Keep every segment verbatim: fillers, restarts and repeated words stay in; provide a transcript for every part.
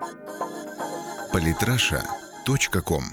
политраша точка ком.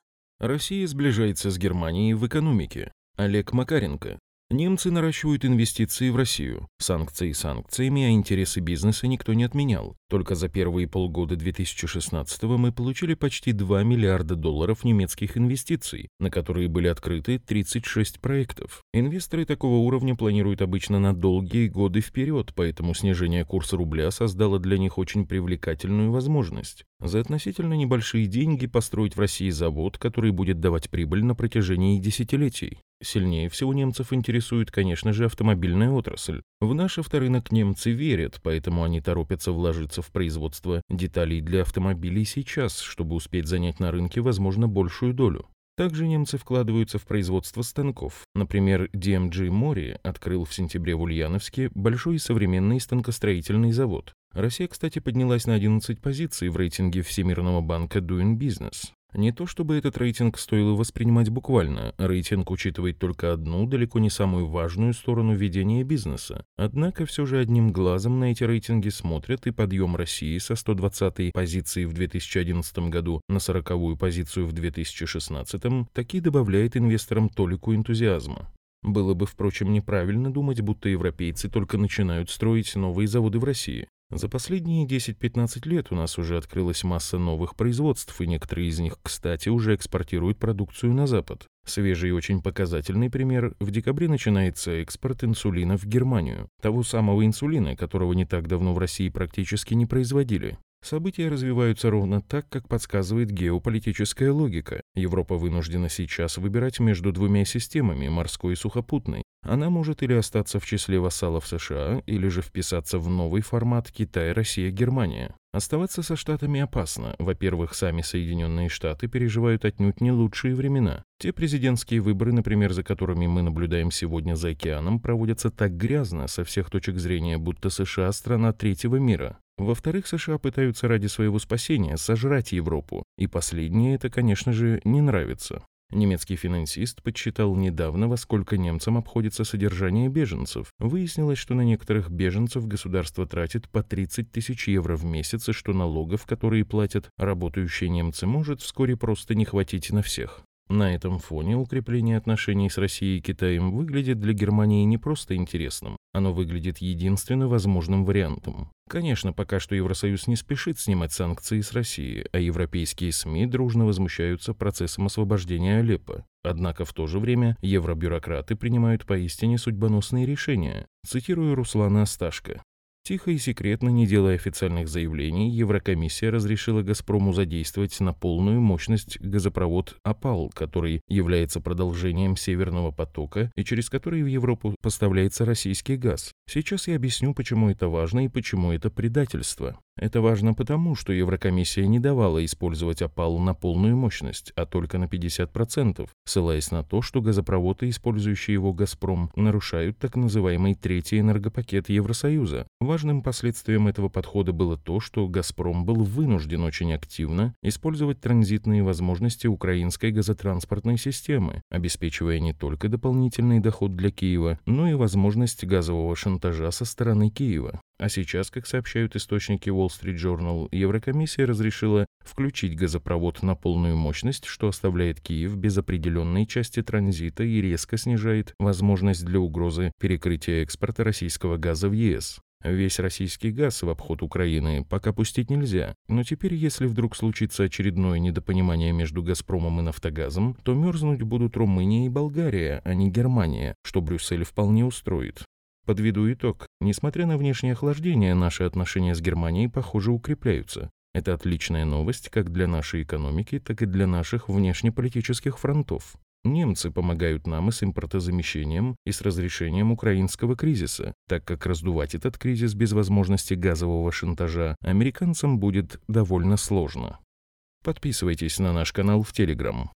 Россия сближается с Германией в экономике. Олег Макаренко. Немцы наращивают инвестиции в Россию. Санкции санкциями, а интересы бизнеса никто не отменял. Только за первые полгода две тысячи шестнадцатого мы получили почти два миллиарда долларов немецких инвестиций, на которые были открыты тридцать шесть проектов. Инвесторы такого уровня планируют обычно на долгие годы вперед, поэтому снижение курса рубля создало для них очень привлекательную возможность. За относительно небольшие деньги построить в России завод, который будет давать прибыль на протяжении десятилетий. Сильнее всего немцев интересует, конечно же, автомобильная отрасль. В наш авторынок немцы верят, поэтому они торопятся вложиться в производство деталей для автомобилей сейчас, чтобы успеть занять на рынке, возможно, большую долю. Также немцы вкладываются в производство станков. Например, ди эм джи Mori открыл в сентябре в Ульяновске большой современный станкостроительный завод. Россия, кстати, поднялась на одиннадцать позиций в рейтинге Всемирного банка Doing Business. Не то чтобы этот рейтинг стоило воспринимать буквально, рейтинг учитывает только одну, далеко не самую важную сторону ведения бизнеса. Однако все же одним глазом на эти рейтинги смотрят, и подъем России со сто двадцатой позиции в две тысячи одиннадцатом году на сороковую позицию в две тысячи шестнадцатом таки добавляет инвесторам толику энтузиазма. Было бы, впрочем, неправильно думать, будто европейцы только начинают строить новые заводы в России. За последние десять-пятнадцать лет у нас уже открылась масса новых производств, и некоторые из них, кстати, уже экспортируют продукцию на Запад. Свежий и очень показательный пример – в декабре начинается экспорт инсулина в Германию. Того самого инсулина, которого не так давно в России практически не производили. События развиваются ровно так, как подсказывает геополитическая логика. Европа вынуждена сейчас выбирать между двумя системами – морской и сухопутной. Она может или остаться в числе вассалов США, или же вписаться в новый формат Китай, Россия, Германия. Оставаться со Штатами опасно. Во-первых, сами Соединенные Штаты переживают отнюдь не лучшие времена. Те президентские выборы, например, за которыми мы наблюдаем сегодня за океаном, проводятся так грязно со всех точек зрения, будто США – страна третьего мира. Во-вторых, США пытаются ради своего спасения сожрать Европу, и последнее это, конечно же, не нравится. Немецкий финансист подсчитал недавно, во сколько немцам обходится содержание беженцев. Выяснилось, что на некоторых беженцев государство тратит по тридцать тысяч евро в месяц, и что налогов, которые платят работающие немцы, может вскоре просто не хватить на всех. На этом фоне укрепление отношений с Россией и Китаем выглядит для Германии не просто интересным, оно выглядит единственно возможным вариантом. Конечно, пока что Евросоюз не спешит снимать санкции с России, а европейские СМИ дружно возмущаются процессом освобождения Алеппо. Однако в то же время евробюрократы принимают поистине судьбоносные решения. Цитирую Руслана Асташко. Тихо и секретно, не делая официальных заявлений, Еврокомиссия разрешила «Газпрому» задействовать на полную мощность газопровод «Опал», который является продолжением «Северного потока» и через который в Европу поставляется российский газ. Сейчас я объясню, почему это важно и почему это предательство. Это важно потому, что Еврокомиссия не давала использовать «Опал» на полную мощность, а только на пятьдесят процентов, ссылаясь на то, что газопроводы, использующие его «Газпром», нарушают так называемый третий энергопакет Евросоюза. Важным последствием этого подхода было то, что «Газпром» был вынужден очень активно использовать транзитные возможности украинской газотранспортной системы, обеспечивая не только дополнительный доход для Киева, но и возможность газового шантажа со стороны Киева. А сейчас, как сообщают источники Wall Street Journal, Еврокомиссия разрешила включить газопровод на полную мощность, что оставляет Киев без определенной части транзита и резко снижает возможность для угрозы перекрытия экспорта российского газа в ЕС. Весь российский газ в обход Украины пока пустить нельзя, но теперь, если вдруг случится очередное недопонимание между «Газпромом» и «Нафтогазом», то мерзнуть будут Румыния и Болгария, а не Германия, что Брюссель вполне устроит. Подведу итог. Несмотря на внешнее охлаждение, наши отношения с Германией, похоже, укрепляются. Это отличная новость как для нашей экономики, так и для наших внешнеполитических фронтов. Немцы помогают нам и с импортозамещением, и с разрешением украинского кризиса, так как раздувать этот кризис без возможности газового шантажа американцам будет довольно сложно. Подписывайтесь на наш канал в Телеграм.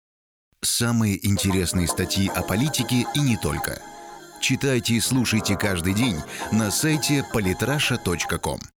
Самые интересные статьи о политике и не только. Читайте и слушайте каждый день на сайте политраша точка ком.